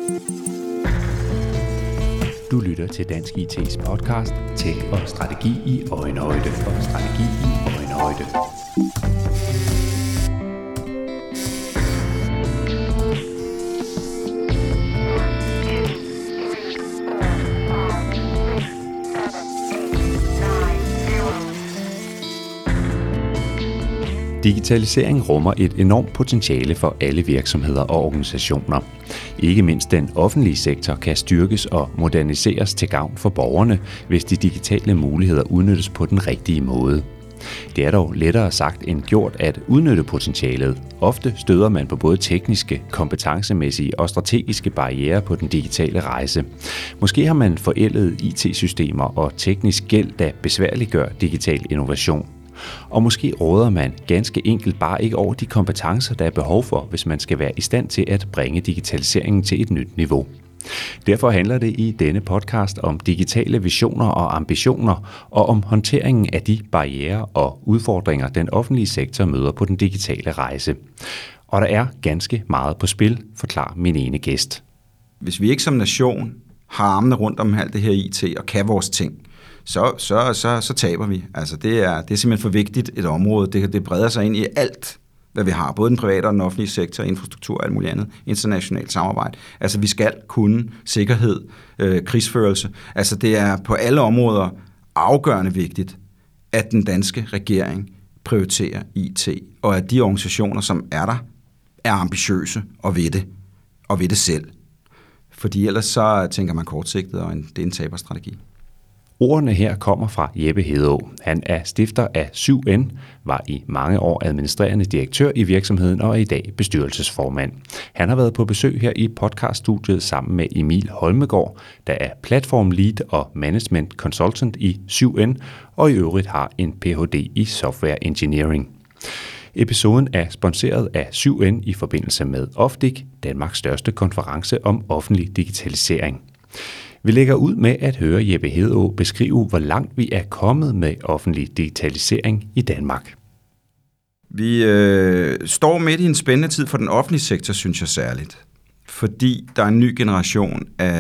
Du lytter til Dansk IT's podcast Tech og strategi i øjenhøjde. Digitalisering rummer et enormt potentiale for alle virksomheder og organisationer. Ikke mindst den offentlige sektor kan styrkes og moderniseres til gavn for borgerne, hvis de digitale muligheder udnyttes på den rigtige måde. Det er dog lettere sagt end gjort at udnytte potentialet. Ofte støder man på både tekniske, kompetencemæssige og strategiske barrierer på den digitale rejse. Måske har man forældede IT-systemer og teknisk gæld, der besværliggør digital innovation. Og måske råder man ganske enkelt bare ikke over de kompetencer, der er behov for, hvis man skal være i stand til at bringe digitaliseringen til et nyt niveau. Derfor handler det i denne podcast om digitale visioner og ambitioner, og om håndteringen af de barrierer og udfordringer, den offentlige sektor møder på den digitale rejse. Og der er ganske meget på spil, forklarer min ene gæst. Hvis vi ikke som nation har armene rundt om alt det her IT og kan vores ting, så taber vi. Altså det er simpelthen for vigtigt et område. Det breder sig ind i alt, hvad vi har. Både den private og den offentlige sektor, infrastruktur og alt muligt andet. Internationalt samarbejde. Altså vi skal kunne sikkerhed, krigsførelse. Altså det er på alle områder afgørende vigtigt, at den danske regering prioriterer IT, og at de organisationer, som er der, er ambitiøse og ved det selv. Fordi ellers så tænker man kortsigtet, og det er en taberstrategi. Ordene her kommer fra Jeppe Hedå. Han er stifter af 7N, var i mange år administrerende direktør i virksomheden og er i dag bestyrelsesformand. Han har været på besøg her i podcaststudiet sammen med Emil Holmegaard, der er platform lead og management consultant i 7N, og i øvrigt har en Ph.D. i software engineering. Episoden er sponsoreret af 7N i forbindelse med OFDIG, Danmarks største konference om offentlig digitalisering. Vi lægger ud med at høre Jeppe Hedå beskrive, hvor langt vi er kommet med offentlig digitalisering i Danmark. Vi står midt i en spændende tid for den offentlige sektor, synes jeg særligt. Fordi der er en ny generation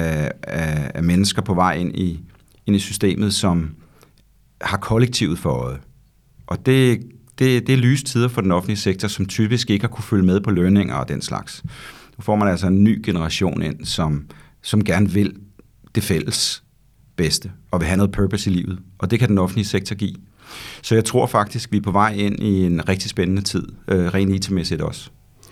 af mennesker på vej ind i systemet, som har kollektivet for øje. Og det er lyse tider for den offentlige sektor, som typisk ikke har kunne følge med på lønninger og den slags. Nu får man altså en ny generation ind, som gerne vil det fælles bedste, og vil have noget purpose i livet. Og det kan den offentlige sektor give. Så jeg tror faktisk, vi er på vej ind i en rigtig spændende tid, rent IT-mæssigt også.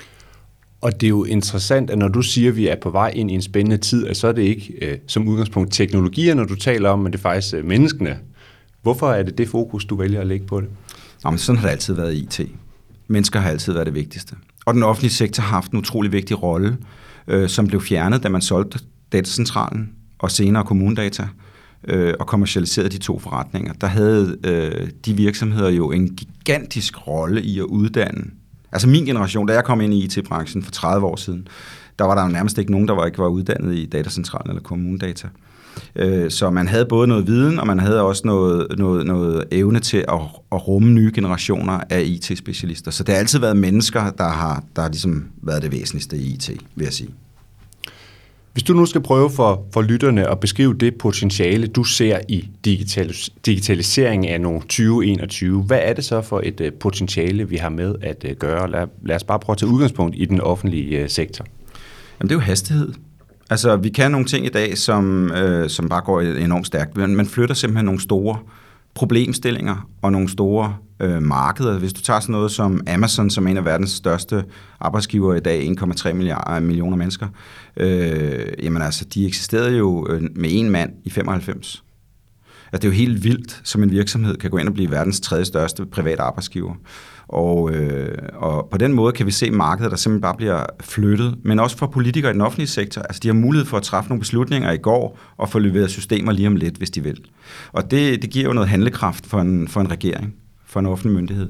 Og det er jo interessant, at når du siger, at vi er på vej ind i en spændende tid, så er det ikke som udgangspunkt teknologier, når du taler om, men det er faktisk menneskene. Hvorfor er det fokus, du vælger at lægge på det? Jamen, sådan har det altid været i IT. Mennesker har altid været det vigtigste. Og den offentlige sektor har haft en utrolig vigtig rolle, som blev fjernet, da man solgte datacentralen, og senere Kommunedata, og kommercialiserede de to forretninger. Der havde de virksomheder jo en gigantisk rolle i at uddanne. Altså min generation, da jeg kom ind i IT-branchen for 30 år siden, der var der jo nærmest ikke nogen, der ikke var uddannet i datacentralen eller Kommunedata. Så man havde både noget viden, og man havde også noget evne til at rumme nye generationer af IT-specialister. Så det har altid været mennesker, der har ligesom været det væsentligste i IT, vil jeg sige. Hvis du nu skal prøve for lytterne at beskrive det potentiale, du ser i digitalisering af nogle 2021, hvad er det så for et potentiale, vi har med at gøre? Lad os bare prøve at tage udgangspunkt i den offentlige sektor. Jamen, det er jo hastighed. Altså, vi kan nogle ting i dag, som bare går enormt stærkt. Man flytter simpelthen nogle store problemstillinger og nogle store markeder. Hvis du tager sådan noget som Amazon, som er en af verdens største arbejdsgivere i dag, 1,3 millioner mennesker, jamen altså, de eksisterede jo med en mand i 95. Altså, det er jo helt vildt, som en virksomhed kan gå ind og blive verdens tredje største private arbejdsgiver. Og på den måde kan vi se markedet, der simpelthen bare bliver flyttet, men også for politikere i den offentlige sektor. Altså, de har mulighed for at træffe nogle beslutninger i går og få leveret systemer lige om lidt, hvis de vil. Og det giver jo noget handlekraft for en regering, for en offentlig myndighed.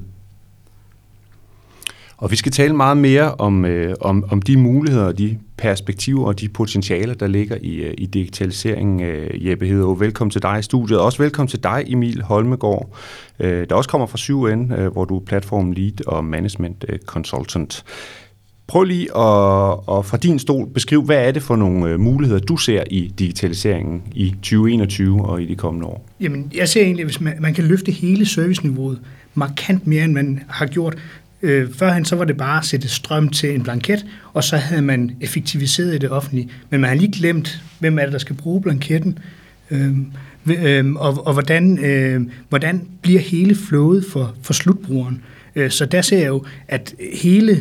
Og vi skal tale meget mere om de muligheder, de perspektiver og de potentialer, der ligger i digitaliseringen. Jeppe Hedå, velkommen til dig i studiet. Også velkommen til dig, Emil Holmegaard, der også kommer fra 7N, hvor du er platform lead og management consultant. Prøv lige at fra din stol beskrive, hvad er det for nogle muligheder, du ser i digitaliseringen i 2021 og i de kommende år? Jamen, jeg ser egentlig, hvis man kan løfte hele serviceniveauet markant mere, end man har gjort. Førhen så var det bare at sætte strøm til en blanket, og så havde man effektiviseret i det offentlige. Men man har lige glemt, hvem er det, der skal bruge blanketten, og hvordan bliver hele flowet for slutbrugeren. Så der ser jeg jo, at hele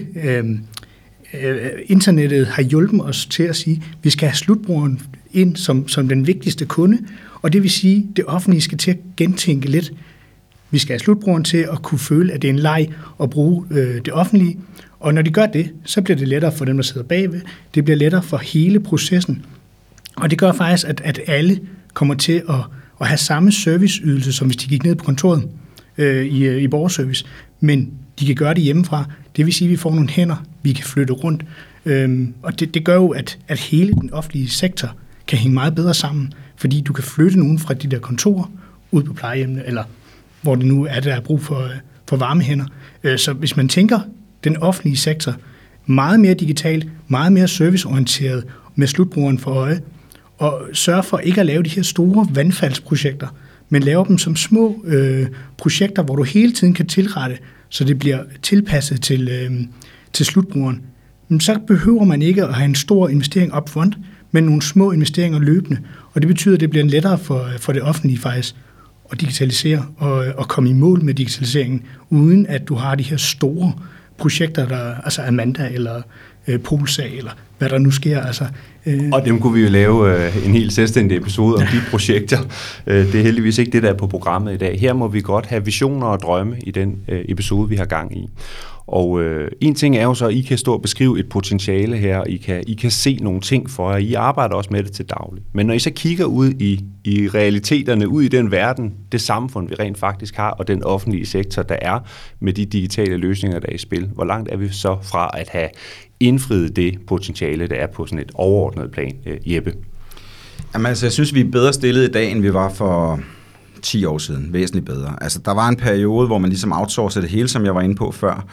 internettet har hjulpet os til at sige, at vi skal have slutbrugeren ind som den vigtigste kunde, og det vil sige, at det offentlige skal til at gentænke lidt. Vi skal have slutbrugeren til at kunne føle, at det er en leg at bruge det offentlige, og når de gør det, så bliver det lettere for dem, der sidder bagved. Det bliver lettere for hele processen, og det gør faktisk, at alle kommer til at have samme serviceydelse, som hvis de gik ned på kontoret i borgerservice, men de kan gøre det hjemmefra. Det vil sige, at vi får nogle hænder, vi kan flytte rundt, og det gør jo, at hele den offentlige sektor kan hænge meget bedre sammen, fordi du kan flytte nogen fra de der kontorer ud på plejehjemmene, eller hvor det nu er, der er brug for varme hænder. Så hvis man tænker den offentlige sektor meget mere digitalt, meget mere serviceorienteret med slutbrugeren for øje, og sørge for ikke at lave de her store vandfaldsprojekter, men lave dem som små projekter, hvor du hele tiden kan tilrette, så det bliver tilpasset til slutbrugeren. Men så behøver man ikke at have en stor investering upfront, men nogle små investeringer løbende. Og det betyder, at det bliver lettere for det offentlige faktisk at digitalisere og komme i mål med digitaliseringen, uden at du har de her store projekter, altså Amanda eller Polsag, eller hvad der nu sker. Altså, Og dem kunne vi jo lave en helt selvstændig episode om de projekter. Det er heldigvis ikke det, der er på programmet i dag. Her må vi godt have visioner og drømme i den episode, vi har gang i. Og en ting er jo så, at I kan stå og beskrive et potentiale her, I kan se nogle ting for jer, I arbejder også med det til daglig. Men når I så kigger ud i realiteterne, ud i den verden, det samfund, vi rent faktisk har, og den offentlige sektor, der er med de digitale løsninger, der er i spil, hvor langt er vi så fra at have indfriet det potentiale, der er på sådan et overordnet plan, Jeppe? Jamen altså, jeg synes, vi er bedre stillet i dag, end vi var for 10 år siden. Væsentligt bedre. Altså, der var en periode, hvor man ligesom outsourcede det hele, som jeg var inde på før,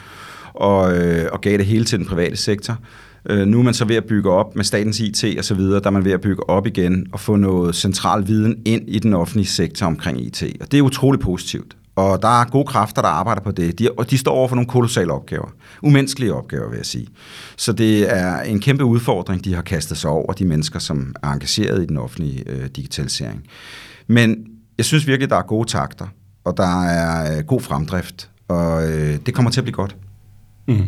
og gav det hele til den private sektor. Nu er man så ved at bygge op med statens IT og så videre, der er man ved at bygge op igen og få noget central viden ind i den offentlige sektor omkring IT. Og det er utroligt positivt. Og der er gode kræfter, der arbejder på det. De står over for nogle kolossale opgaver. Umenneskelige opgaver, vil jeg sige. Så det er en kæmpe udfordring, de har kastet sig over, de mennesker, som er engageret i den offentlige digitalisering. Men jeg synes virkelig, der er gode takter, og der er god fremdrift, og det kommer til at blive godt. Mm.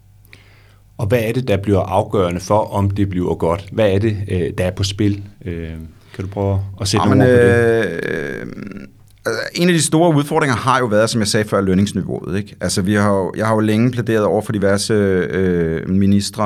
Og hvad er det, der bliver afgørende for, om det bliver godt? Hvad er det, der er på spil? Kan du prøve at sætte nogle ord på det? En af de store udfordringer har jo været, som jeg sagde før, lønningsniveauet. Ikke? Altså, jeg har jo længe plæderet over for diverse ministre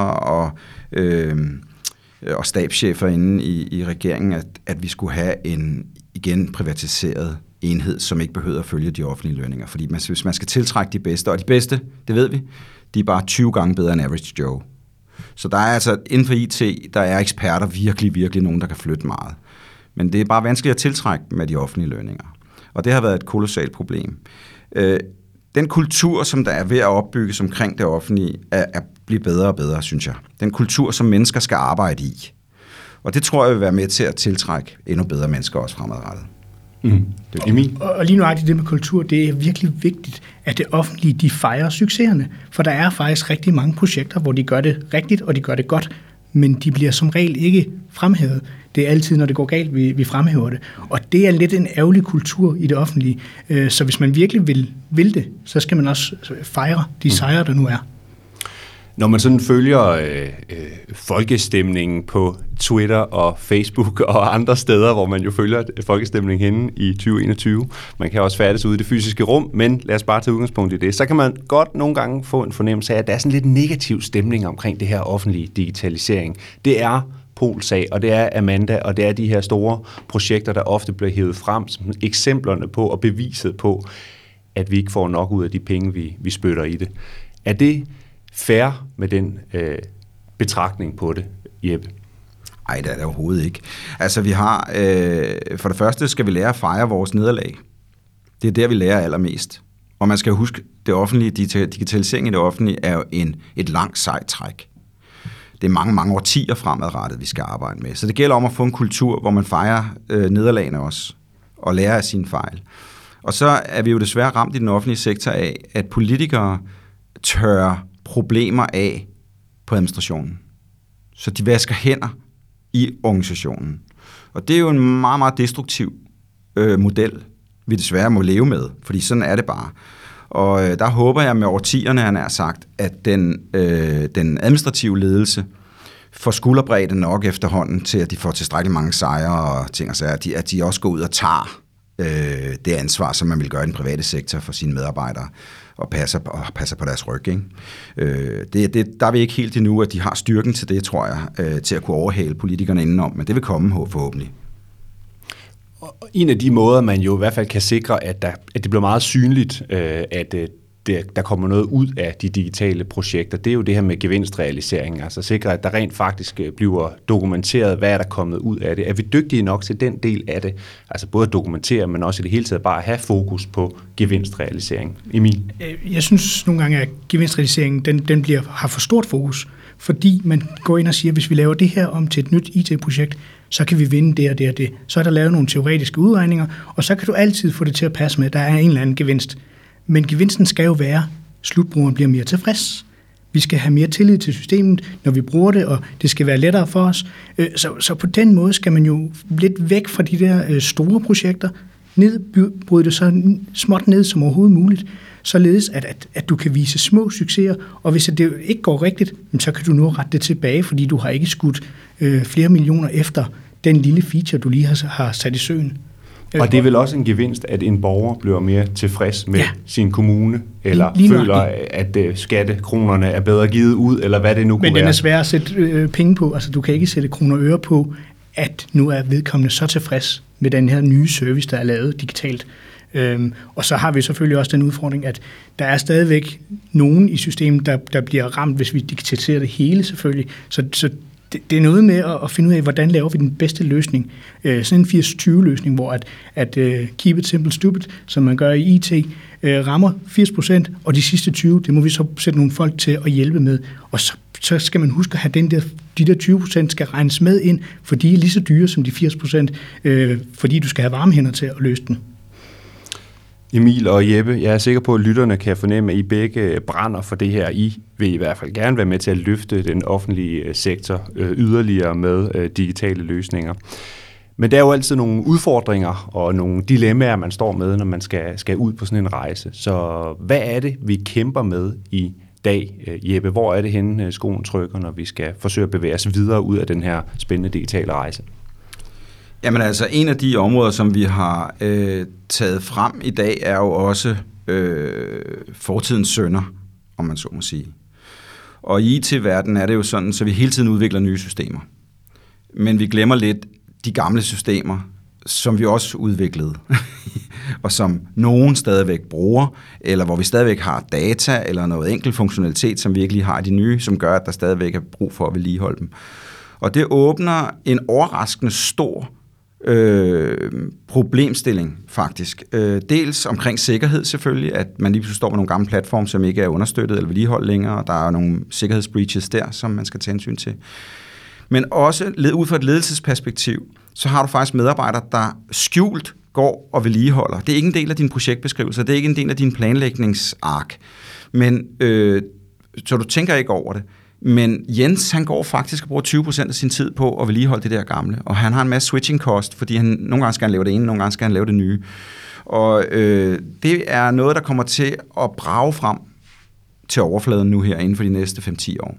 og stabschefer inde i regeringen, at vi skulle have en igen privatiseret enhed, som ikke behøver at følge de offentlige lønninger. Fordi hvis man skal tiltrække de bedste, og de bedste, det ved vi, de er bare 20 gange bedre end average Joe. Så der er altså inden for IT, der er eksperter virkelig nogen, der kan flytte meget. Men det er bare vanskeligt at tiltrække med de offentlige lønninger. Og det har været et kolossalt problem. Den kultur, som der er ved at opbygges omkring det offentlige, er bliver bedre og bedre, synes jeg. Den kultur, som mennesker skal arbejde i. Og det tror jeg vil være med til at tiltrække endnu bedre mennesker også fremadrettet. Det er Emil. Og lige nuagtigt det med kultur, det er virkelig vigtigt, at det offentlige, de fejrer succeserne. For der er faktisk rigtig mange projekter, hvor de gør det rigtigt, og de gør det godt, men de bliver som regel ikke fremhævet. Det er altid, når det går galt, vi fremhæver det. Og det er lidt en ærgerlig kultur i det offentlige. Så hvis man virkelig vil det, så skal man også fejre de sejre, der nu er. Når man sådan følger folkestemningen på Twitter og Facebook og andre steder, hvor man jo følger folkestemningen henne i 2021, man kan også færdes ude i det fysiske rum, men lad os bare tage udgangspunkt i det, så kan man godt nogle gange få en fornemmelse af, at der er sådan lidt negativ stemning omkring det her offentlige digitalisering. Det er Polsag, og det er Amanda, og det er de her store projekter, der ofte bliver hævet frem som eksemplerne på og beviset på, at vi ikke får nok ud af de penge, vi spytter i det. Er det fair med den betragtning på det, Jeppe? Nej, det er det overhovedet ikke. Altså, vi har... for det første skal vi lære at fejre vores nederlag. Det er der, vi lærer allermest. Og man skal huske, det offentlige, digitalisering i det offentlige er jo et langt sejt træk. Det er mange, mange årtier fremadrettet, vi skal arbejde med. Så det gælder om at få en kultur, hvor man fejrer nederlagene også, og lærer af sine fejl. Og så er vi jo desværre ramt i den offentlige sektor af, at politikere tørrer problemer af på administrationen. Så de vasker hænder i organisationen. Og det er jo en meget, meget destruktiv model, vi desværre må leve med, fordi sådan er det bare. Og der håber jeg med årtierne, han har sagt, at den administrative ledelse får skulderbredde nok efterhånden til, at de får tilstrækkeligt mange sejre og ting og sager, at de også går ud og tager det ansvar, som man vil gøre i den private sektor for sine medarbejdere, og passer på deres ryg. Ikke? Der er vi ikke helt endnu, at de har styrken til det, tror jeg, til at kunne overhale politikerne indenom, men det vil komme forhåbentlig. En af de måder, man jo i hvert fald kan sikre, at det bliver meget synligt, at der kommer noget ud af de digitale projekter, det er jo det her med gevinstrealisering, altså sikre, at der rent faktisk bliver dokumenteret, hvad er der kommet ud af det. Er vi dygtige nok til den del af det, altså både at dokumentere, men også i det hele taget bare at have fokus på gevinstrealisering? Emil? Jeg synes nogle gange, at gevinstrealiseringen den har for stort fokus, fordi man går ind og siger, at hvis vi laver det her om til et nyt IT-projekt, så kan vi vinde det og det og det. Så er der lavet nogle teoretiske udregninger, og så kan du altid få det til at passe med, at der er en eller anden gevinst. Men gevinsten skal jo være, at slutbrugeren bliver mere tilfreds. Vi skal have mere tillid til systemet, når vi bruger det, og det skal være lettere for os. Så på den måde skal man jo lidt væk fra de der store projekter, bryde det så småt ned som overhovedet muligt, således at du kan vise små succeser, og hvis det ikke går rigtigt, så kan du nu rette det tilbage, fordi du har ikke skudt flere millioner efter den lille feature, du lige har sat i søen. Og det er vel også en gevinst, at en borger bliver mere tilfreds med sin kommune, eller føler, at skattekronerne er bedre givet ud, eller hvad det nu kunne være. Men den er svær at sætte penge på. Altså, du kan ikke sætte kroner og øre på, at nu er vedkommende så tilfreds med den her nye service, der er lavet digitalt. Og så har vi selvfølgelig også den udfordring, at der er stadigvæk nogen i systemet, der bliver ramt, hvis vi digitaliserer det hele selvfølgelig. Så det er noget med at finde ud af, hvordan laver vi den bedste løsning. Sådan en 80-20-løsning, hvor at keep it simple stupid, som man gør i IT, rammer 80%, og de sidste 20, det må vi så sætte nogle folk til at hjælpe med. Og så skal man huske at have de der 20% skal regnes med ind, for de er lige så dyre som de 80%, fordi du skal have varme hænder til at løse den. Emil og Jeppe, jeg er sikker på, at lytterne kan fornemme, at I begge brænder for det her. I vil i hvert fald gerne være med til at løfte den offentlige sektor yderligere med digitale løsninger. Men der er jo altid nogle udfordringer og nogle dilemmaer, man står med, når man skal ud på sådan en rejse. Så hvad er det, vi kæmper med i dag, Jeppe? Hvor er det henne, skoen trykker, når vi skal forsøge at bevæge os videre ud af den her spændende digitale rejse? Jamen altså, en af de områder, som vi har taget frem i dag, er jo også fortidens synder, om man så må sige. Og i IT-verdenen er det jo sådan, så vi hele tiden udvikler nye systemer. Men vi glemmer lidt de gamle systemer, som vi også udviklede, og som nogen stadigvæk bruger, eller hvor vi stadigvæk har data, eller noget enkelt funktionalitet, som vi ikke lige har de nye, som gør, at der stadigvæk er brug for at vedligeholde dem. Og det åbner en overraskende stor problemstilling faktisk. Dels omkring sikkerhed selvfølgelig, at man lige pludselig står med nogle gamle platforme, som ikke er understøttet eller vedligeholdt længere, og der er nogle sikkerhedsbreaches der, som man skal tage hensyn til. Men også ud fra et ledelsesperspektiv, så har du faktisk medarbejdere, der skjult går og vedligeholder. Det er ikke en del af din projektbeskrivelse, det er ikke en del af din planlægningsark. Men så du tænker ikke over det. Men Jens, han går faktisk og bruger 20% af sin tid på at vedligeholde det der gamle, og han har en masse switching cost, fordi han nogle gange skal han lave det ene, nogle gange skal han lave det nye. Og det er noget, der kommer til at brage frem til overfladen nu her inden for de næste 5-10 år.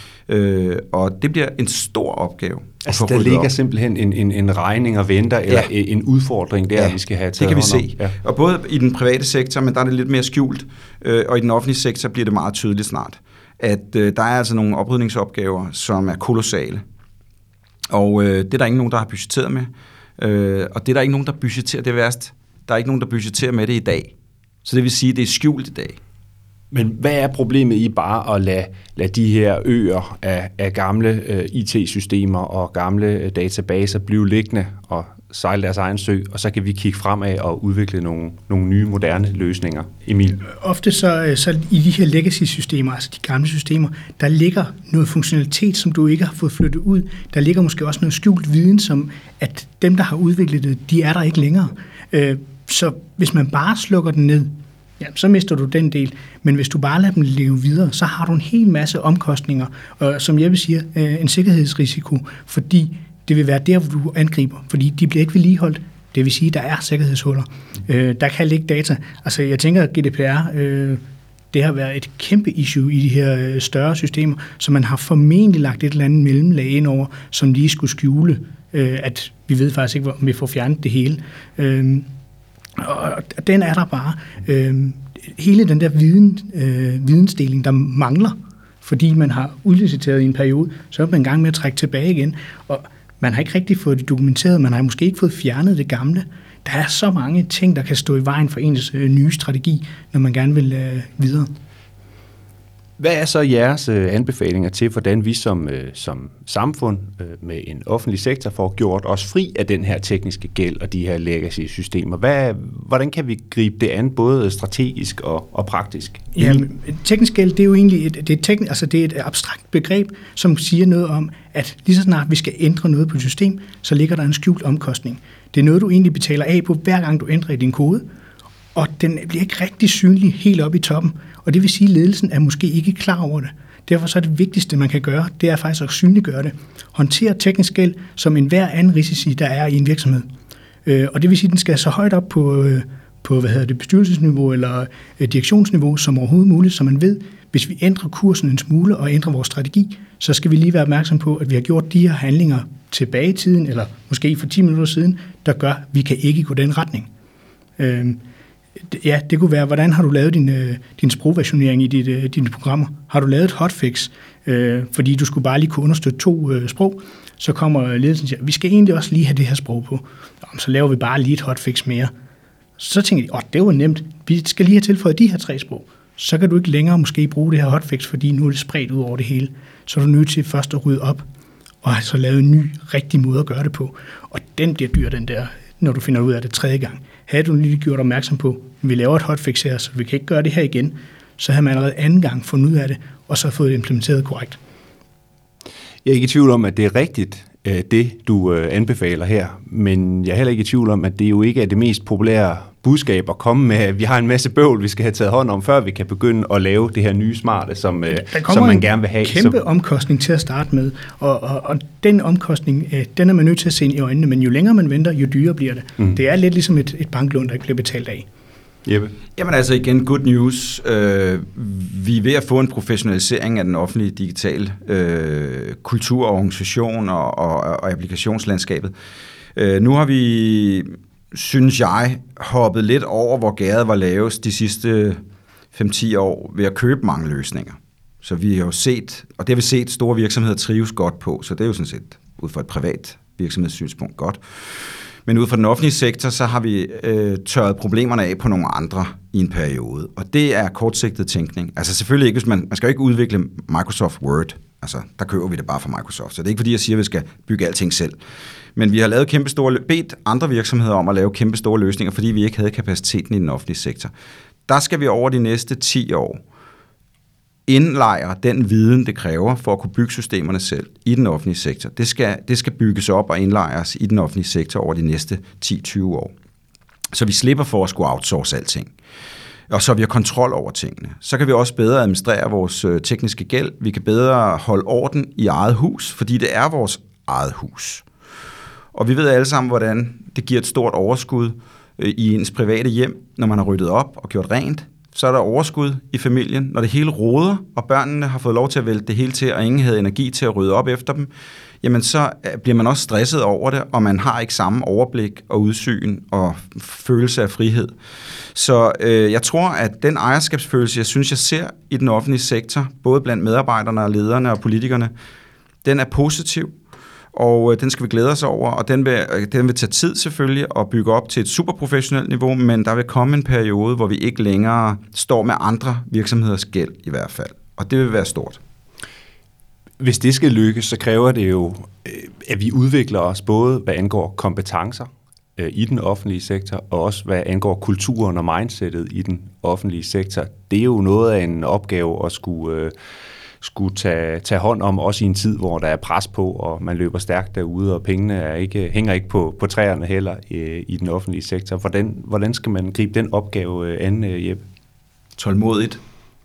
Og det bliver en stor opgave. Altså der ligger simpelthen en regning og venter, eller en udfordring der, vi skal have taget det kan vi se. Ja. Og både i den private sektor, men der er det lidt mere skjult, og i den offentlige sektor bliver det meget tydeligt snart, at der er altså nogle oprydningsopgaver, som er kolossale. Og det er der ikke nogen, der har budgetteret med. Og det er der ikke nogen, der budgetterer, det er værst. Der er ikke nogen, der budgetterer med det i dag. Så det vil sige, at det er skjult i dag. Men hvad er problemet i bare at lade de her øer af gamle IT-systemer og gamle databaser blive liggende og sejle deres egen sø, og så kan vi kigge fremad og udvikle nogle nye, moderne løsninger? Emil? Ofte så i de her legacy-systemer, altså de gamle systemer, der ligger noget funktionalitet, som du ikke har fået flyttet ud. Der ligger måske også noget skjult viden, som at dem, der har udviklet det, de er der ikke længere. Så hvis man bare slukker den ned, ja, så mister du den del. Men hvis du bare lader dem leve videre, så har du en hel masse omkostninger, og som Jeppe siger, en sikkerhedsrisiko, fordi det vil være der, hvor du angriber, fordi de bliver ikke vedligeholdt. Det vil sige, at der er sikkerhedshuller. Der kan ligge data. Altså, jeg tænker, at GDPR, det har været et kæmpe issue i de her større systemer, så man har formentlig lagt et eller andet mellemlag ind over, som lige skulle skjule, at vi ved faktisk ikke, om vi får fjernet det hele. Og den er der bare. Hele den der vidensdeling, der mangler, fordi man har udliciteret i en periode, så er man i gang med at trække tilbage igen. Og man har ikke rigtig fået det dokumenteret, man har måske ikke fået fjernet det gamle. Der er så mange ting, der kan stå i vejen for ens nye strategi, når man gerne vil videre. Hvad er så jeres anbefalinger til, hvordan vi som samfund med en offentlig sektor får gjort os fri af den her tekniske gæld og de her legacy-systemer? Hvordan kan vi gribe det an, både strategisk og praktisk? Ja, teknisk gæld, det er jo egentlig det er et abstrakt begreb, som siger noget om, at lige så snart vi skal ændre noget på et system, så ligger der en skjult omkostning. Det er noget, du egentlig betaler af på, hver gang du ændrer i din kode, og den bliver ikke rigtig synlig helt oppe i toppen. Og det vil sige, at ledelsen er måske ikke klar over det. Derfor så er det vigtigste, man kan gøre, det er faktisk at synliggøre det. Håndtere teknisk gæld som enhver anden risici, der er i en virksomhed. Og det vil sige, at den skal så højt op på bestyrelsesniveau eller direktionsniveau som overhovedet muligt, så man ved, hvis vi ændrer kursen en smule og ændrer vores strategi, så skal vi lige være opmærksom på, at vi har gjort de her handlinger tilbage i tiden, eller måske for 10 minutter siden, der gør, at vi kan ikke gå den retning. Ja, det kunne være, hvordan har du lavet din sprogversionering i dine programmer? Har du lavet et hotfix, fordi du skulle bare lige kunne understøtte 2 sprog? Så kommer ledelsen og siger, vi skal egentlig også lige have det her sprog på. Så laver vi bare lige et hotfix mere. Så tænker de, det var nemt. Vi skal lige have tilføjet de her 3 sprog. Så kan du ikke længere måske bruge det her hotfix, fordi nu er det spredt ud over det hele. Så er du nødt til først at rydde op, og så lave en ny, rigtig måde at gøre det på. Og den bliver dyr, den der, når du finder ud af det 3. gang. Havde du lige gjort opmærksom på, at vi laver et hotfix her, så vi kan ikke gøre det her igen, så havde man allerede 2. gang fundet ud af det, og så fået det implementeret korrekt. Jeg er ikke i tvivl om, at det er rigtigt, det du anbefaler her, men jeg er heller ikke i tvivl om, at det jo ikke er det mest populære budskab at komme med. Vi har en masse bøvl, vi skal have taget hånd om, før vi kan begynde at lave det her nye smarte, som man gerne vil have. Der kommer en kæmpe omkostning til at starte med, og den omkostning, den er man nødt til at se ind i øjnene, men jo længere man venter, jo dyrere bliver det. Det er lidt ligesom et banklån, der ikke bliver betalt af. Jeppe? Jamen altså igen, good news. Vi er ved at få en professionalisering af den offentlige digitale kultur, organisation og applikationslandskabet. Nu har vi, synes jeg, hoppet lidt over, hvor gærdet var lavest de sidste 5-10 år ved at købe mange løsninger. Så vi har jo set, og det har vi set, store virksomheder trives godt på, så det er jo sådan set ud fra et privat virksomhedssynspunkt godt. Men ud fra den offentlige sektor, så har vi tørret problemerne af på nogle andre i en periode. Og det er kortsigtet tænkning. Altså selvfølgelig ikke, hvis man skal jo ikke udvikle Microsoft Word. Altså, der køber vi det bare fra Microsoft. Så det er ikke fordi, jeg siger, at vi skal bygge alting selv. Men vi har lavet bedt andre virksomheder om at lave kæmpe store løsninger, fordi vi ikke havde kapaciteten i den offentlige sektor. Der skal vi over de næste 10 år indlejre den viden, det kræver for at kunne bygge systemerne selv i den offentlige sektor. Det skal bygges op og indlejres i den offentlige sektor over de næste 10-20 år. Så vi slipper for at skulle outsource alting. Og så vi har kontrol over tingene. Så kan vi også bedre administrere vores tekniske gæld. Vi kan bedre holde orden i eget hus, fordi det er vores eget hus. Og vi ved alle sammen, hvordan det giver et stort overskud i ens private hjem, når man har ryddet op og gjort rent. Så er der overskud i familien, når det hele roder, og børnene har fået lov til at vælte det hele til, og ingen havde energi til at rydde op efter dem, jamen så bliver man også stresset over det, og man har ikke samme overblik og udsyn og følelse af frihed. Så jeg tror, at den ejerskabsfølelse, jeg synes, jeg ser i den offentlige sektor, både blandt medarbejderne og lederne og politikerne, den er positiv, og den skal vi glæde os over, og den vil tage tid selvfølgelig at bygge op til et superprofessionelt niveau, men der vil komme en periode, hvor vi ikke længere står med andre virksomheders gæld i hvert fald, og det vil være stort. Hvis det skal lykkes, så kræver det jo, at vi udvikler os både, hvad angår kompetencer i den offentlige sektor, og også hvad angår kulturen og mindsetet i den offentlige sektor. Det er jo noget af en opgave at skulle tage hånd om, også i en tid, hvor der er pres på, og man løber stærkt derude, og pengene hænger ikke på træerne heller i den offentlige sektor. Hvordan skal man gribe den opgave an, Jeppe? Tålmodigt.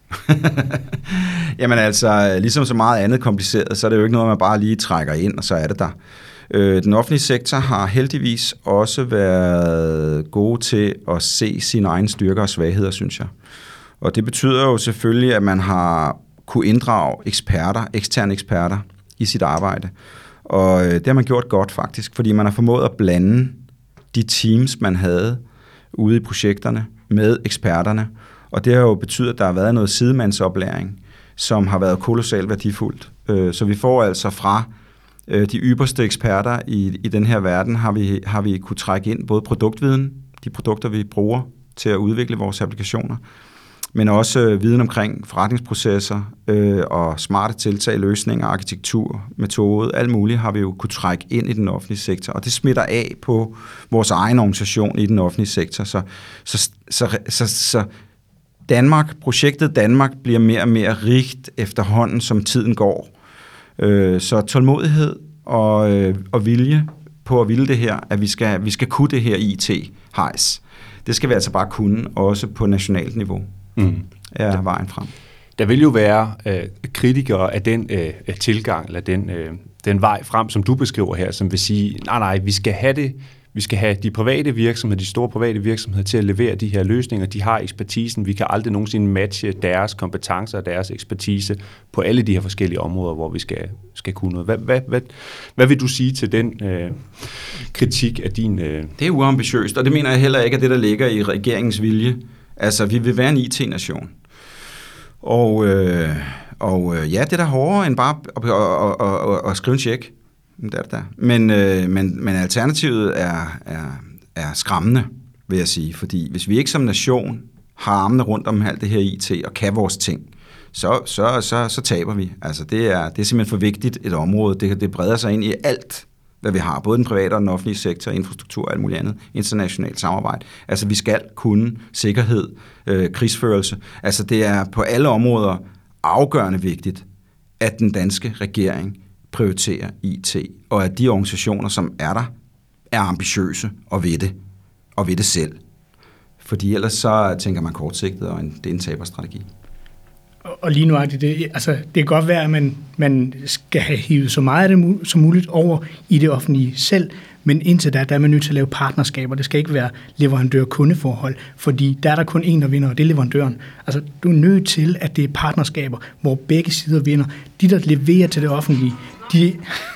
Jamen altså, ligesom så meget andet kompliceret, så er det jo ikke noget, man bare lige trækker ind, og så er det der. Den offentlige sektor har heldigvis også været gode til at se sine egne styrker og svagheder, synes jeg. Og det betyder jo selvfølgelig, at man har kunne inddrage eksterne eksperter i sit arbejde. Og det har man gjort godt faktisk, fordi man har formået at blande de teams, man havde ude i projekterne med eksperterne. Og det har jo betydet, at der har været noget sidemandsoplæring, som har været kolossalt værdifuldt. Så vi får altså fra de ypperste eksperter i den her verden, har vi kunne trække ind både produktviden, de produkter, vi bruger til at udvikle vores applikationer, men også viden omkring forretningsprocesser og smarte tiltag, løsninger, arkitektur, metode, alt muligt har vi jo kunne trække ind i den offentlige sektor, og det smitter af på vores egen organisation i den offentlige sektor. Så projektet Danmark bliver mere og mere rigt efterhånden, som tiden går. Så tålmodighed og vilje på at ville det her, at vi skal kunne det her IT-hejs. Det skal vi altså bare kunne, også på nationalt niveau. Er vejen frem. Der vil jo være kritikere af den tilgang, eller den vej frem, som du beskriver her, som vil sige, nej, vi skal have de private virksomheder, de store private virksomheder til at levere de her løsninger. De har ekspertisen. Vi kan aldrig nogensinde matche deres kompetencer og deres ekspertise på alle de her forskellige områder, hvor vi skal kunne noget. Hvad vil du sige til den kritik af din... Det er uambitiøst, og det mener jeg heller ikke, at det, der ligger i regeringens vilje. Altså, vi vil være en IT-nation. Og ja, det er da hårdere end bare at skrive en check. Det er det der. Men alternativet er skræmmende, vil jeg sige. Fordi hvis vi ikke som nation har armene rundt om alt det her IT og kan vores ting, så taber vi. Altså, det er simpelthen for vigtigt et område. Det breder sig ind i alt, hvad vi har. Både den private og den offentlige sektor, infrastruktur og alt muligt andet. Internationalt samarbejde. Altså, vi skal kunne sikkerhed, krigsførelse. Altså, det er på alle områder afgørende vigtigt, at den danske regering prioritere IT, og at de organisationer, som er der, er ambitiøse og ved det selv. Fordi ellers så tænker man kortsigtet, og det er en taberstrategi. Og lige nuagtigt, det kan godt være, at man skal have hivet så meget af det som muligt over i det offentlige selv, men indtil der er man nødt til at lave partnerskaber. Det skal ikke være leverandør-kundeforhold, fordi der er der kun en, der vinder, og det er leverandøren. Altså, du er nødt til, at det er partnerskaber, hvor begge sider vinder. De, der leverer til det offentlige, de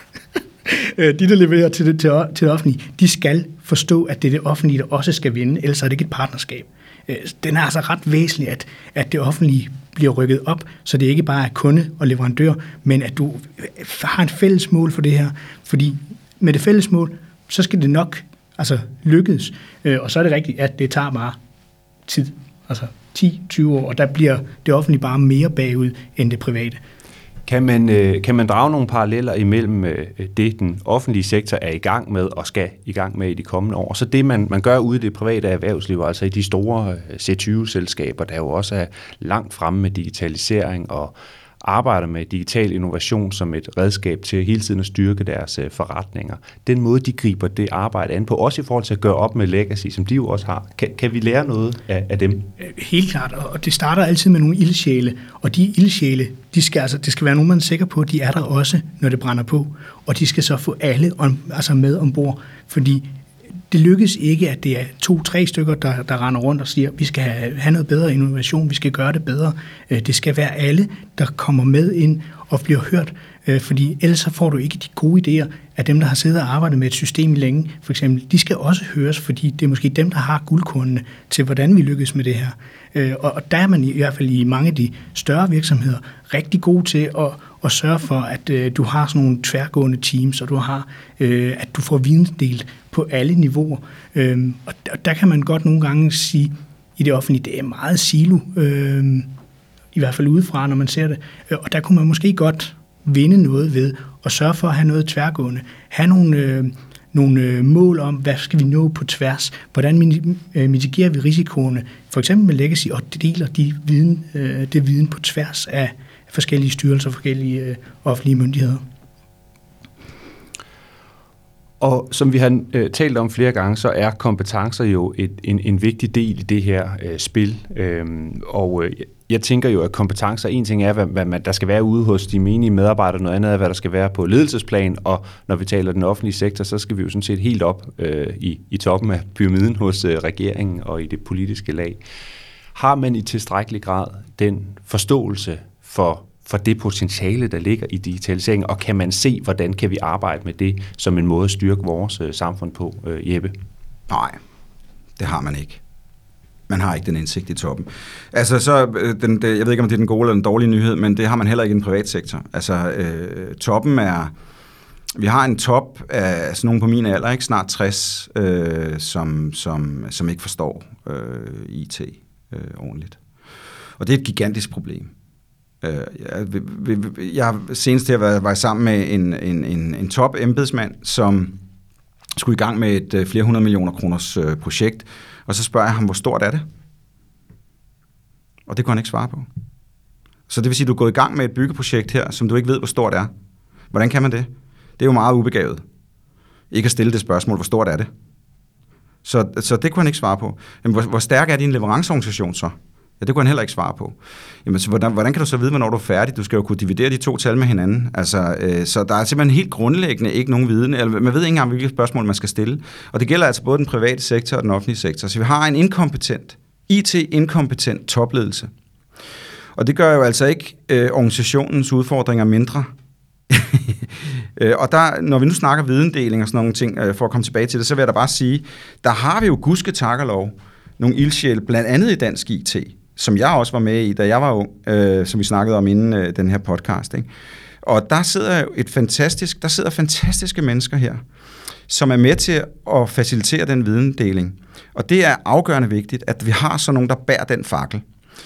der leverer til det offentlige, de skal forstå, at det er det offentlige, der også skal vinde, ellers er det ikke et partnerskab. Den er altså ret væsentligt, at det offentlige bliver rykket op, så det ikke bare er kunde og leverandør, men at du har et fælles mål for det her. Fordi med det fælles mål, så skal det nok lykkes. Og så er det rigtigt, at det tager bare tid. Altså 10-20 år, og der bliver det offentlige bare mere bagud end det private. Kan man drage nogle paralleller imellem det, den offentlige sektor er i gang med og skal i gang med i de kommende år, så det, man gør ude i det private erhvervsliv, altså i de store C20-selskaber, der jo også er langt fremme med digitalisering og arbejder med digital innovation som et redskab til hele tiden at styrke deres forretninger. Den måde, de griber det arbejde an på, også i forhold til at gøre op med legacy, som de jo også har. Kan vi lære noget af dem? Helt klart, og det starter altid med nogle ildsjæle, og de ildsjæle, det skal være nogen, man er sikker på, at de er der også, når det brænder på, og de skal så få alle med ombord, fordi det lykkes ikke, at det er 2-3 stykker, der render rundt og siger, vi skal have noget bedre innovation, vi skal gøre det bedre. Det skal være alle, der kommer med ind og bliver hørt, fordi ellers så får du ikke de gode idéer af dem, der har siddet og arbejdet med et system længe. For eksempel, de skal også høres, fordi det er måske dem, der har guldkornene til, hvordan vi lykkes med det her. Og der er man i hvert fald i mange af de større virksomheder rigtig god til at sørge for, at du har sådan nogle tværgående teams, og du har, at du får vidensdelt på alle niveauer. Og der kan man godt nogle gange sige, i det offentlige, det er meget silo, i hvert fald udefra, når man ser det. Og der kunne man måske godt vinde noget ved at sørge for at have noget tværgående. Have nogle mål om, hvad skal vi nå på tværs? Hvordan mitigerer vi risikoene? For eksempel med legacy, og deler det viden på tværs af forskellige styrelser og forskellige offentlige myndigheder. Og som vi har talt om flere gange, så er kompetencer jo en vigtig del i det her spil. Og jeg tænker jo, at kompetencer, en ting er, hvad der skal være ude hos de menige medarbejdere, noget andet er, hvad der skal være på ledelsesplan, og når vi taler den offentlige sektor, så skal vi jo sådan set helt op i toppen af pyramiden hos regeringen og i det politiske lag. Har man i tilstrækkelig grad den forståelse for det potentiale, der ligger i digitalisering, og kan man se, hvordan kan vi arbejde med det som en måde at styrke vores samfund på, Jeppe? Nej, det har man ikke. Man har ikke den indsigt i toppen. Altså, jeg ved ikke, om det er den gode eller den dårlige nyhed, men det har man heller ikke i den private sektor. Altså, toppen er... Vi har en top af sådan nogen på min alder, ikke? Snart 60, som ikke forstår IT ordentligt. Og det er et gigantisk problem. Jeg senest her var jeg sammen med en top embedsmand, som skulle i gang med et flere 100 millioner kroners projekt, og så spørger jeg ham, hvor stort er det? Og det kunne han ikke svare på. Så det vil sige, at du er gået i gang med et byggeprojekt her, som du ikke ved, hvor stort er. Hvordan kan man det? Det er jo meget ubegavet. Ikke at stille det spørgsmål, hvor stort er det? Så det kunne han ikke svare på. Jamen, hvor stærk er din leveranceorganisation så? Ja, det kunne han heller ikke svare på. Jamen, så hvordan kan du så vide, hvornår du er færdig? Du skal jo kunne dividere de to tal med hinanden. Altså, så der er simpelthen helt grundlæggende ikke nogen viden. Eller, man ved ikke engang, hvilke spørgsmål man skal stille. Og det gælder altså både den private sektor og den offentlige sektor. Så vi har en IT-inkompetent topledelse. Og det gør jo altså ikke organisationens udfordringer mindre. Og der, når vi nu snakker videndeling og sådan nogle ting, for at komme tilbage til det, så vil jeg da bare sige, der har vi jo gudske tak og lov nogle ildsjæle, blandt andet i dansk IT, som jeg også var med i, da jeg var ung, som vi snakkede om inden den her podcast. Ikke? Og der sidder jo fantastiske mennesker her, som er med til at facilitere den videndeling. Og det er afgørende vigtigt, at vi har sådan nogen, der bærer den fakkel.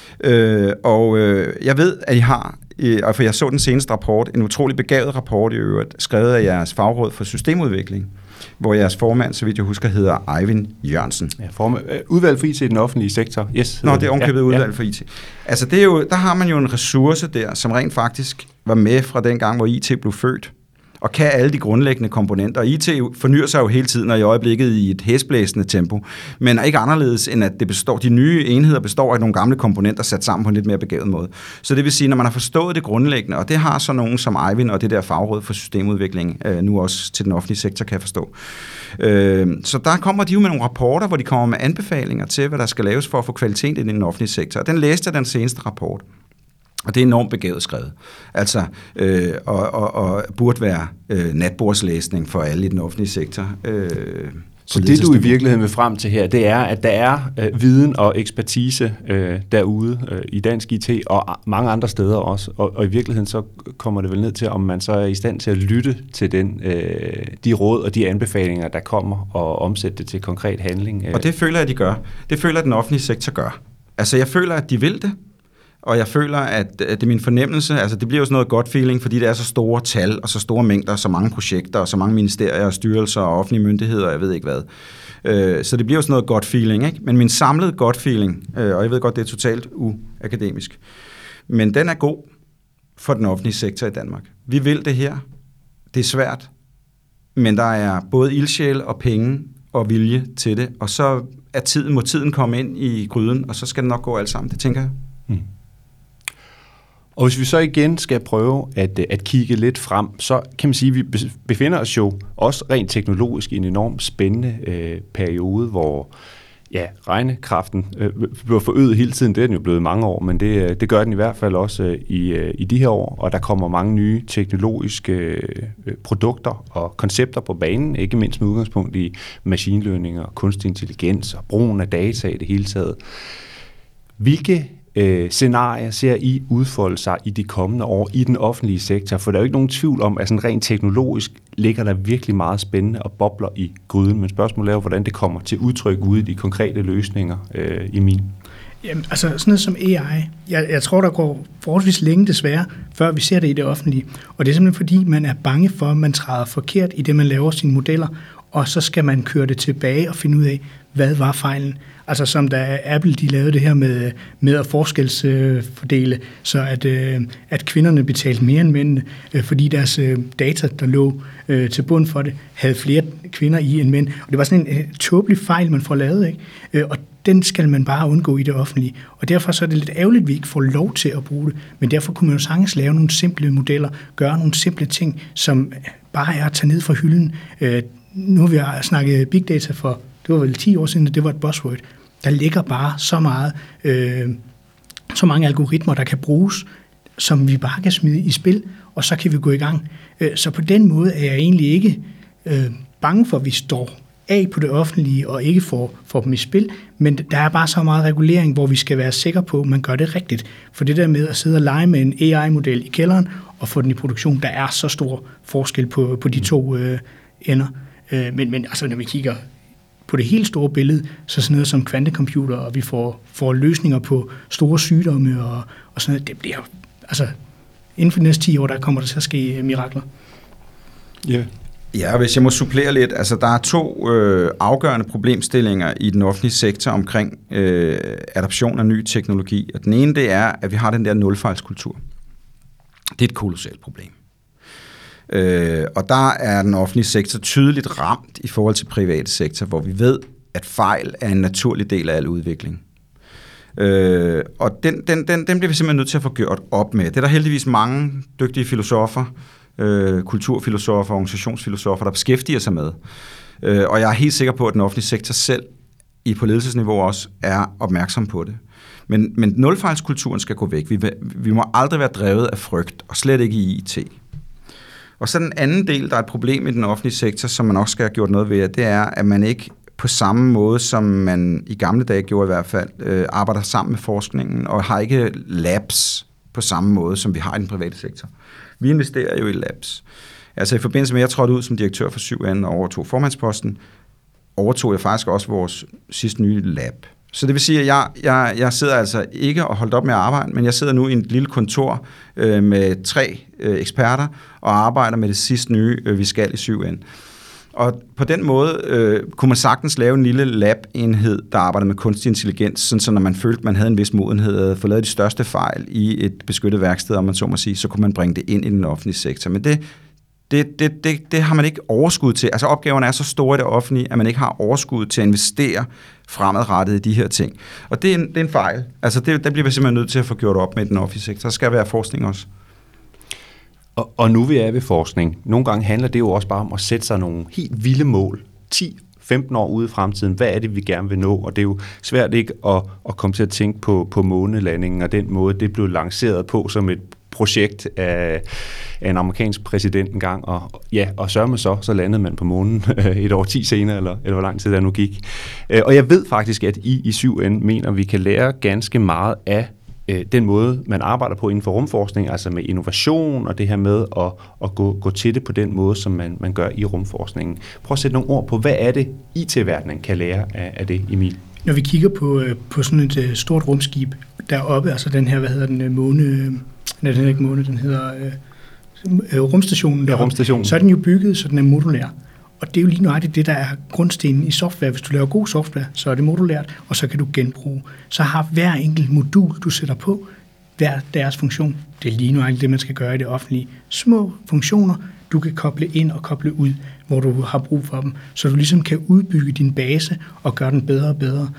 Jeg ved, at I har, og for jeg så den seneste rapport, en utrolig begavet rapport i øvrigt, skrevet af jeres fagråd for systemudvikling, hvor jeres formand, så vidt jeg husker, hedder Eivind Jørgensen. Ja, udvalg for IT i den offentlige sektor. Yes, det er ovenkøbet udvalg for IT. Altså det er jo, der har man jo en ressource der, som rent faktisk var med fra den gang, hvor IT blev født, og kan alle de grundlæggende komponenter. Og IT fornyer sig jo hele tiden, og i øjeblikket i et hæsblæsende tempo, men er ikke anderledes, end at de nye enheder består af nogle gamle komponenter sat sammen på en lidt mere begavet måde. Så det vil sige, når man har forstået det grundlæggende, og det har så nogen som Eivind og det der fagråd for systemudvikling, nu også til den offentlige sektor, kan jeg forstå. Så der kommer de jo med nogle rapporter, hvor de kommer med anbefalinger til, hvad der skal laves for at få kvalitet i den offentlige sektor. Og den læste jeg den seneste rapport. Og det er enormt begavet skrevet. Altså, og burde være natbordslæsning for alle i den offentlige sektor. Så det, du i virkeligheden vil frem til her, det er, at der er viden og ekspertise derude i dansk IT og mange andre steder også. Og i virkeligheden så kommer det vel ned til, om man så er i stand til at lytte til de råd og de anbefalinger, der kommer, og omsætte det til konkret handling. Og det føler jeg, at de gør. Det føler jeg, at den offentlige sektor gør. Altså, jeg føler, at de vil det. Og jeg føler, at det er min fornemmelse, altså det bliver jo sådan noget godt feeling, fordi det er så store tal, og så store mængder, så mange projekter, og så mange ministerier, og styrelser, og offentlige myndigheder, og jeg ved ikke hvad. Så det bliver jo sådan noget godt feeling, ikke? Men min samlede godt feeling, og jeg ved godt, det er totalt uakademisk, men den er god for den offentlige sektor i Danmark. Vi vil det her. Det er svært, men der er både ildsjæl og penge og vilje til det, og så må tiden komme ind i gryden, og så skal det nok gå alt sammen, det tænker jeg. Og hvis vi så igen skal prøve at kigge lidt frem, så kan man sige, at vi befinder os jo også rent teknologisk i en enormt spændende periode, hvor regnekraften bliver forøget hele tiden. Det er den jo blevet mange år, men det gør den i hvert fald også i de her år, og der kommer mange nye teknologiske produkter og koncepter på banen, ikke mindst med udgangspunkt i machine learning og kunstig intelligens og brugen af data i det hele taget. Hvilke scenarier ser I udfolde sig i de kommende år i den offentlige sektor? For der er jo ikke nogen tvivl om, at sådan rent teknologisk ligger der virkelig meget spændende og bobler i gryden. Men spørgsmålet er jo, hvordan det kommer til udtryk ude i de konkrete løsninger i min. Jamen, altså sådan noget som AI, jeg tror, der går forholdsvis længe desværre, før vi ser det i det offentlige. Og det er simpelthen fordi, man er bange for, at man træder forkert i det, man laver sine modeller, og så skal man køre det tilbage og finde ud af, hvad var fejlen. Altså som da Apple de lavede det her med at forskelsfordele, så at kvinderne betalte mere end mændene, fordi deres data, der lå til bund for det, havde flere kvinder i end mænd. Og det var sådan en tåbelig fejl, man får lavet, ikke? Og den skal man bare undgå i det offentlige. Og derfor så er det lidt ærgerligt, at vi ikke får lov til at bruge det. Men derfor kunne man jo sagtens lave nogle simple modeller, gøre nogle simple ting, som bare er at tage ned fra hylden. Nu har vi snakket big data for, det var vel 10 år siden, det var et buzzword. Der ligger bare så meget, så mange algoritmer, der kan bruges, som vi bare kan smide i spil, og så kan vi gå i gang. Så på den måde er jeg egentlig ikke bange for, at vi står af på det offentlige og ikke får dem i spil, men der er bare så meget regulering, hvor vi skal være sikre på, at man gør det rigtigt. For det der med at sidde og lege med en AI-model i kælderen og få den i produktion, der er så stor forskel på de to ender. Men altså, når vi kigger på det helt store billede, så sådan noget som kvantecomputer, og vi får løsninger på store sygdomme og sådan noget, det bliver, altså inden for de næste 10 år, der kommer der til at ske mirakler. Yeah. Ja, hvis jeg må supplere lidt, altså der er 2 afgørende problemstillinger i den offentlige sektor omkring adoption af ny teknologi, og den ene det er, at vi har den der nulfejlskultur. Det er et kolossalt problem. Og der er den offentlige sektor tydeligt ramt i forhold til private sektor, hvor vi ved, at fejl er en naturlig del af al udvikling. Og den bliver vi simpelthen nødt til at få gjort op med. Det er der heldigvis mange dygtige filosofer, kulturfilosofer, organisationsfilosofer, der beskæftiger sig med. Og jeg er helt sikker på, at den offentlige sektor selv på ledelsesniveau også er opmærksom på det. Men nulfejlskulturen skal gå væk. Vi må aldrig være drevet af frygt, og slet ikke i IT. Og så den anden del, der er et problem i den offentlige sektor, som man også skal have gjort noget ved, det er, at man ikke på samme måde, som man i gamle dage gjorde i hvert fald, arbejder sammen med forskningen, og har ikke labs på samme måde, som vi har i den private sektor. Vi investerer jo i labs. Altså i forbindelse med, at jeg trådte ud som direktør for 7N og overtog formandsposten, overtog jeg faktisk også vores sidste nye lab. Så det vil sige, at jeg sidder altså ikke og holdt op med at arbejde, men jeg sidder nu i et lille kontor med 3 eksperter og arbejder med det sidste nye, vi skal i 7N. Og på den måde kunne man sagtens lave en lille lab-enhed, der arbejder med kunstig intelligens, sådan så når man følte, man havde en vis modenhed og få lavet de største fejl i et beskyttet værksted, om man så må sige, så kunne man bringe det ind i den offentlige sektor. Men det har man ikke overskud til. Altså opgaverne er så store i det offentlige, at man ikke har overskud til at investere fremadrettet i de her ting. Og det er en fejl. Altså der bliver vi simpelthen nødt til at få gjort op med den offentlige sektor. Der skal være forskning også. Og nu vi er ved forskning. Nogle gange handler det jo også bare om at sætte sig nogle helt vilde mål. 10-15 år ude i fremtiden. Hvad er det, vi gerne vil nå? Og det er jo svært ikke at komme til at tænke på månelandingen og den måde, det blev lanceret på som et projekt af en amerikansk præsident engang, og sørme så landede man på månen et år 10 senere, eller hvor lang tid der nu gik. Og jeg ved faktisk, at I 7N mener, at vi kan lære ganske meget af den måde, man arbejder på inden for rumforskning, altså med innovation og det her med at gå til det på den måde, som man gør i rumforskningen. Prøv at sætte nogle ord på, hvad er det, IT-verdenen kan lære af det, Emil? Når vi kigger på sådan et stort rumskib deroppe, altså den her, hvad hedder den, den hedder ikke måne, den hedder rumstationen deroppe, rumstationen. Så er den jo bygget, så den er modulær. Og det er jo lige nøjagtigt det, der er grundstenen i software. Hvis du laver god software, så er det modulært, og så kan du genbruge. Så har hver enkelt modul, du sætter på, hver deres funktion. Det er lige nøjagtigt det, man skal gøre i det offentlige. Små funktioner, du kan koble ind og koble ud, hvor du har brug for dem, så du ligesom kan udbygge din base og gøre den bedre og bedre.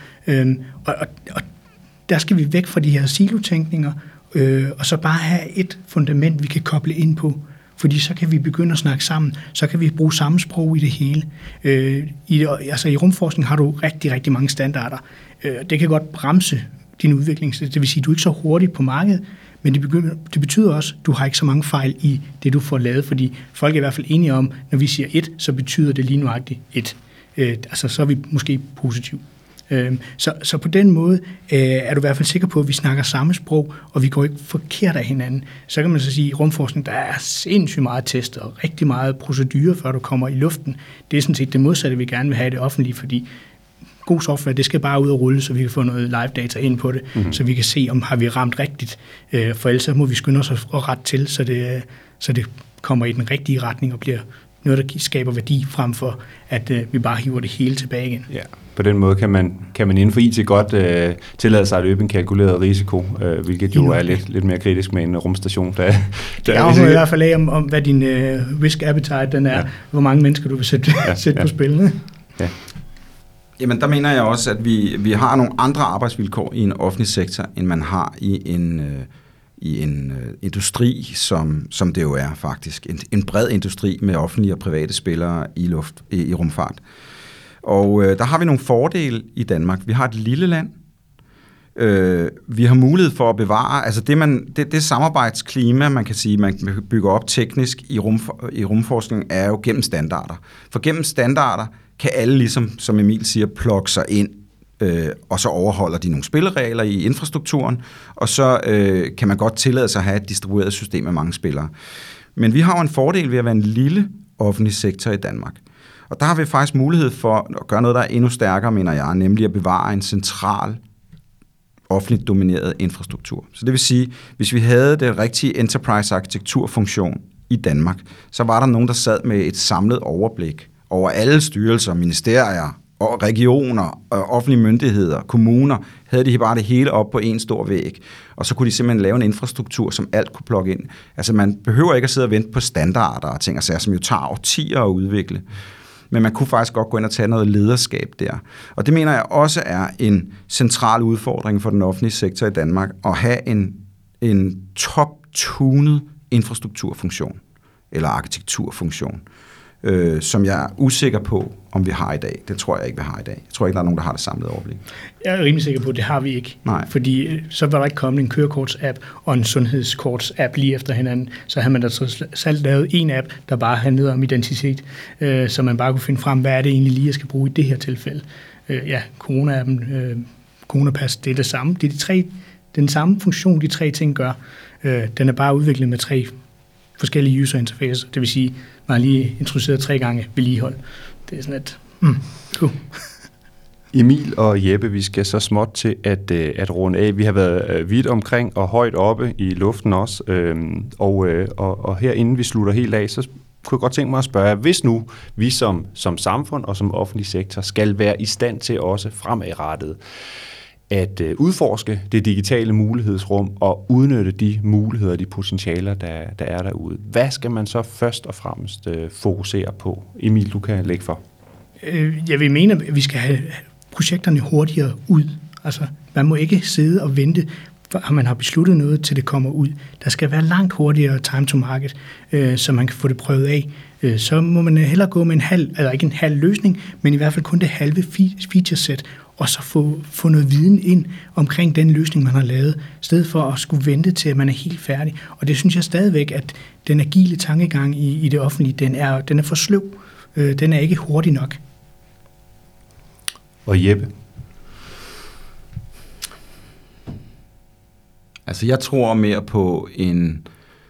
Og der skal vi væk fra de her silotænkninger, og så bare have et fundament, vi kan koble ind på. Fordi så kan vi begynde at snakke sammen, så kan vi bruge samme sprog i det hele. I rumforskning har du rigtig, rigtig mange standarder. Det kan godt bremse din udvikling, det vil sige, at du er ikke så hurtigt på markedet, men det betyder også, at du har ikke så mange fejl i det, du får lavet, fordi folk er i hvert fald enige om, når vi siger 1, så betyder det lige nøjagtigt 1. Altså så er vi måske positive. Så på den måde er du i hvert fald sikker på, at vi snakker samme sprog, og vi går ikke forkert af hinanden. Så kan man så sige, at i rumforskning, der er sindssygt meget test og rigtig meget procedure, før du kommer i luften. Det er sådan set det modsatte, vi gerne vil have i det offentlige, fordi god software, det skal bare ud og rulle, så vi kan få noget live data ind på det, så vi kan se, om har vi ramt rigtigt. For ellers må vi skynde os at rette til, så det kommer i den rigtige retning og bliver noget, der skaber værdi, frem for at vi bare hiver det hele tilbage igen. Ja, på den måde kan man inden for IT godt tillade sig at løbe en kalkuleret risiko, hvilket jo er lidt mere kritisk med en rumstation. Det afhænger i hvert fald af, om hvad din risk appetite den er, hvor mange mennesker du vil sætte på spil. Ja. Jamen, der mener jeg også, at vi har nogle andre arbejdsvilkår i en offentlig sektor, end man har i en industri, som det jo er faktisk. En bred industri med offentlige og private spillere i rumfart. Og der har vi nogle fordele i Danmark. Vi har et lille land. Vi har mulighed for at bevare, altså det samarbejdsklima, man kan sige, man bygger op teknisk i rumforskning, er jo gennem standarder. For gennem standarder kan alle, ligesom som Emil siger, plukke sig ind, og så overholder de nogle spilleregler i infrastrukturen, og så kan man godt tillade sig at have et distribueret system af mange spillere. Men vi har jo en fordel ved at være en lille offentlig sektor i Danmark. Og der har vi faktisk mulighed for at gøre noget, der er endnu stærkere, mener jeg, nemlig at bevare en central offentligt domineret infrastruktur. Så det vil sige, hvis vi havde den rigtige enterprise-arkitekturfunktion i Danmark, så var der nogen, der sad med et samlet overblik over alle styrelser, ministerier og regioner, og offentlige myndigheder, kommuner, havde de bare det hele op på en stor væg. Og så kunne de simpelthen lave en infrastruktur, som alt kunne plukke ind. Altså man behøver ikke at sidde og vente på standarder og ting og sager, som jo tager årtier at udvikle. Men man kunne faktisk godt gå ind og tage noget lederskab der. Og det mener jeg også er en central udfordring for den offentlige sektor i Danmark, at have en top-tunet infrastrukturfunktion, eller arkitekturfunktion, som jeg er usikker på, om vi har i dag. Det tror jeg ikke, vi har i dag. Jeg tror ikke, der er nogen, der har det samlede overblik. Jeg er rimelig sikker på, at det har vi ikke. Nej. Fordi så var der ikke kommet en kørekorts-app og en sundhedskorts-app lige efter hinanden. Så havde man da selv lavet en app, der bare handlede om identitet, så man bare kunne finde frem, hvad er det egentlig lige, jeg skal bruge i det her tilfælde. Corona-appen, Coronapas, det er det samme. Det er den samme funktion, de tre ting gør. Den er bare udviklet med 3 forskellige user interfaces. Det vil sige, man har lige introduceret 3 gange vedligehold. Det er sådan et... Cool. Emil og Jeppe, vi skal så småt til at runde af. Vi har været vidt omkring og højt oppe i luften også. Og her inden vi slutter helt af, så kunne jeg godt tænke mig at spørge, hvis nu vi som samfund og som offentlig sektor skal være i stand til også fremadrettet at udforske det digitale mulighedsrum og udnytte de muligheder og de potentialer, der er derude. Hvad skal man så først og fremmest fokusere på? Emil, du kan lægge for. Jeg vil mene, at vi skal have projekterne hurtigere ud. Altså, man må ikke sidde og vente, for man har besluttet noget, til det kommer ud. Der skal være langt hurtigere time to market, så man kan få det prøvet af. Så må man hellere gå med ikke en halv løsning, men i hvert fald kun det halve feature set, og så få noget viden ind omkring den løsning, man har lavet, i stedet for at skulle vente til, at man er helt færdig. Og det synes jeg stadigvæk, at den agile tankegang i det offentlige, den er for sløv. Den er ikke hurtig nok. Og Jeppe? Altså, jeg tror mere på en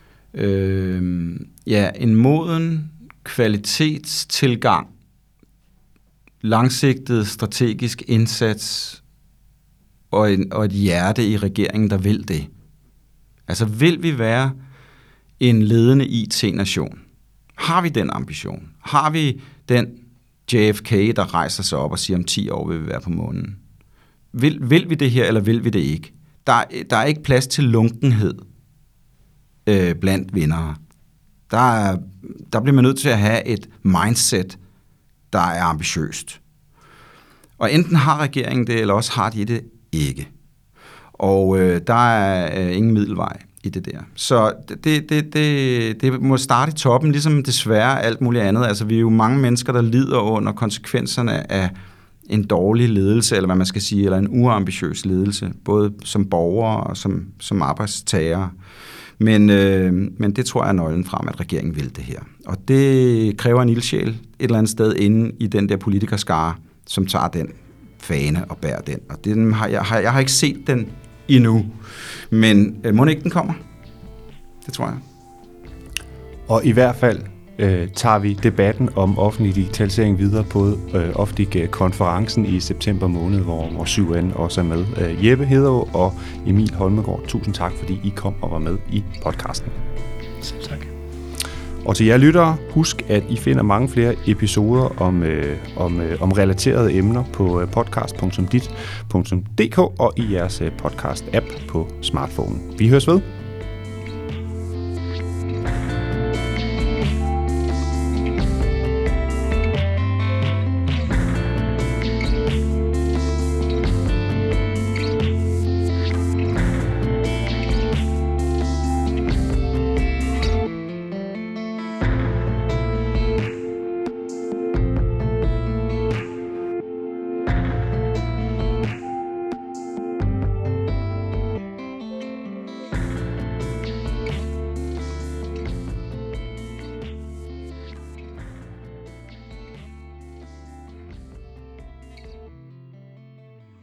moden kvalitetstilgang, langsigtet strategisk indsats og et hjerte i regeringen, der vil det. Altså, vil vi være en ledende IT-nation? Har vi den ambition? Har vi den JFK, der rejser sig op og siger, om 10 år vil vi være på månen? Vil vi det her, eller vil vi det ikke? Der er ikke plads til lunkenhed blandt vindere. Der bliver man nødt til at have et mindset, der er ambitiøst. Og enten har regeringen det, eller også har de det ikke. Og der er ingen middelvej i det der. Så det må starte i toppen, ligesom desværre alt muligt andet. Altså, vi er jo mange mennesker, der lider under konsekvenserne af en dårlig ledelse, eller hvad man skal sige, eller en uambitiøs ledelse, både som borgere og som arbejdstagere. Men det tror jeg er nøglen frem, at regeringen vil det her. Og det kræver en ildsjæl et eller andet sted inde i den der politikerskare, som tager fane og bære den. Og jeg har ikke set den endnu, men må ikke den kommer? Det tror jeg. Og i hvert fald tager vi debatten om offentlig digitalisering videre på offentlig-konferencen i september måned, hvor 7N også er med. Jeppe Hederå og Emil Holmegaard, tusind tak, fordi I kom og var med i podcasten. Selv tak. Og til jer lyttere, husk, at I finder mange flere episoder om relaterede emner på podcast.dit.dk og i jeres podcast-app på smartphone. Vi høres ved.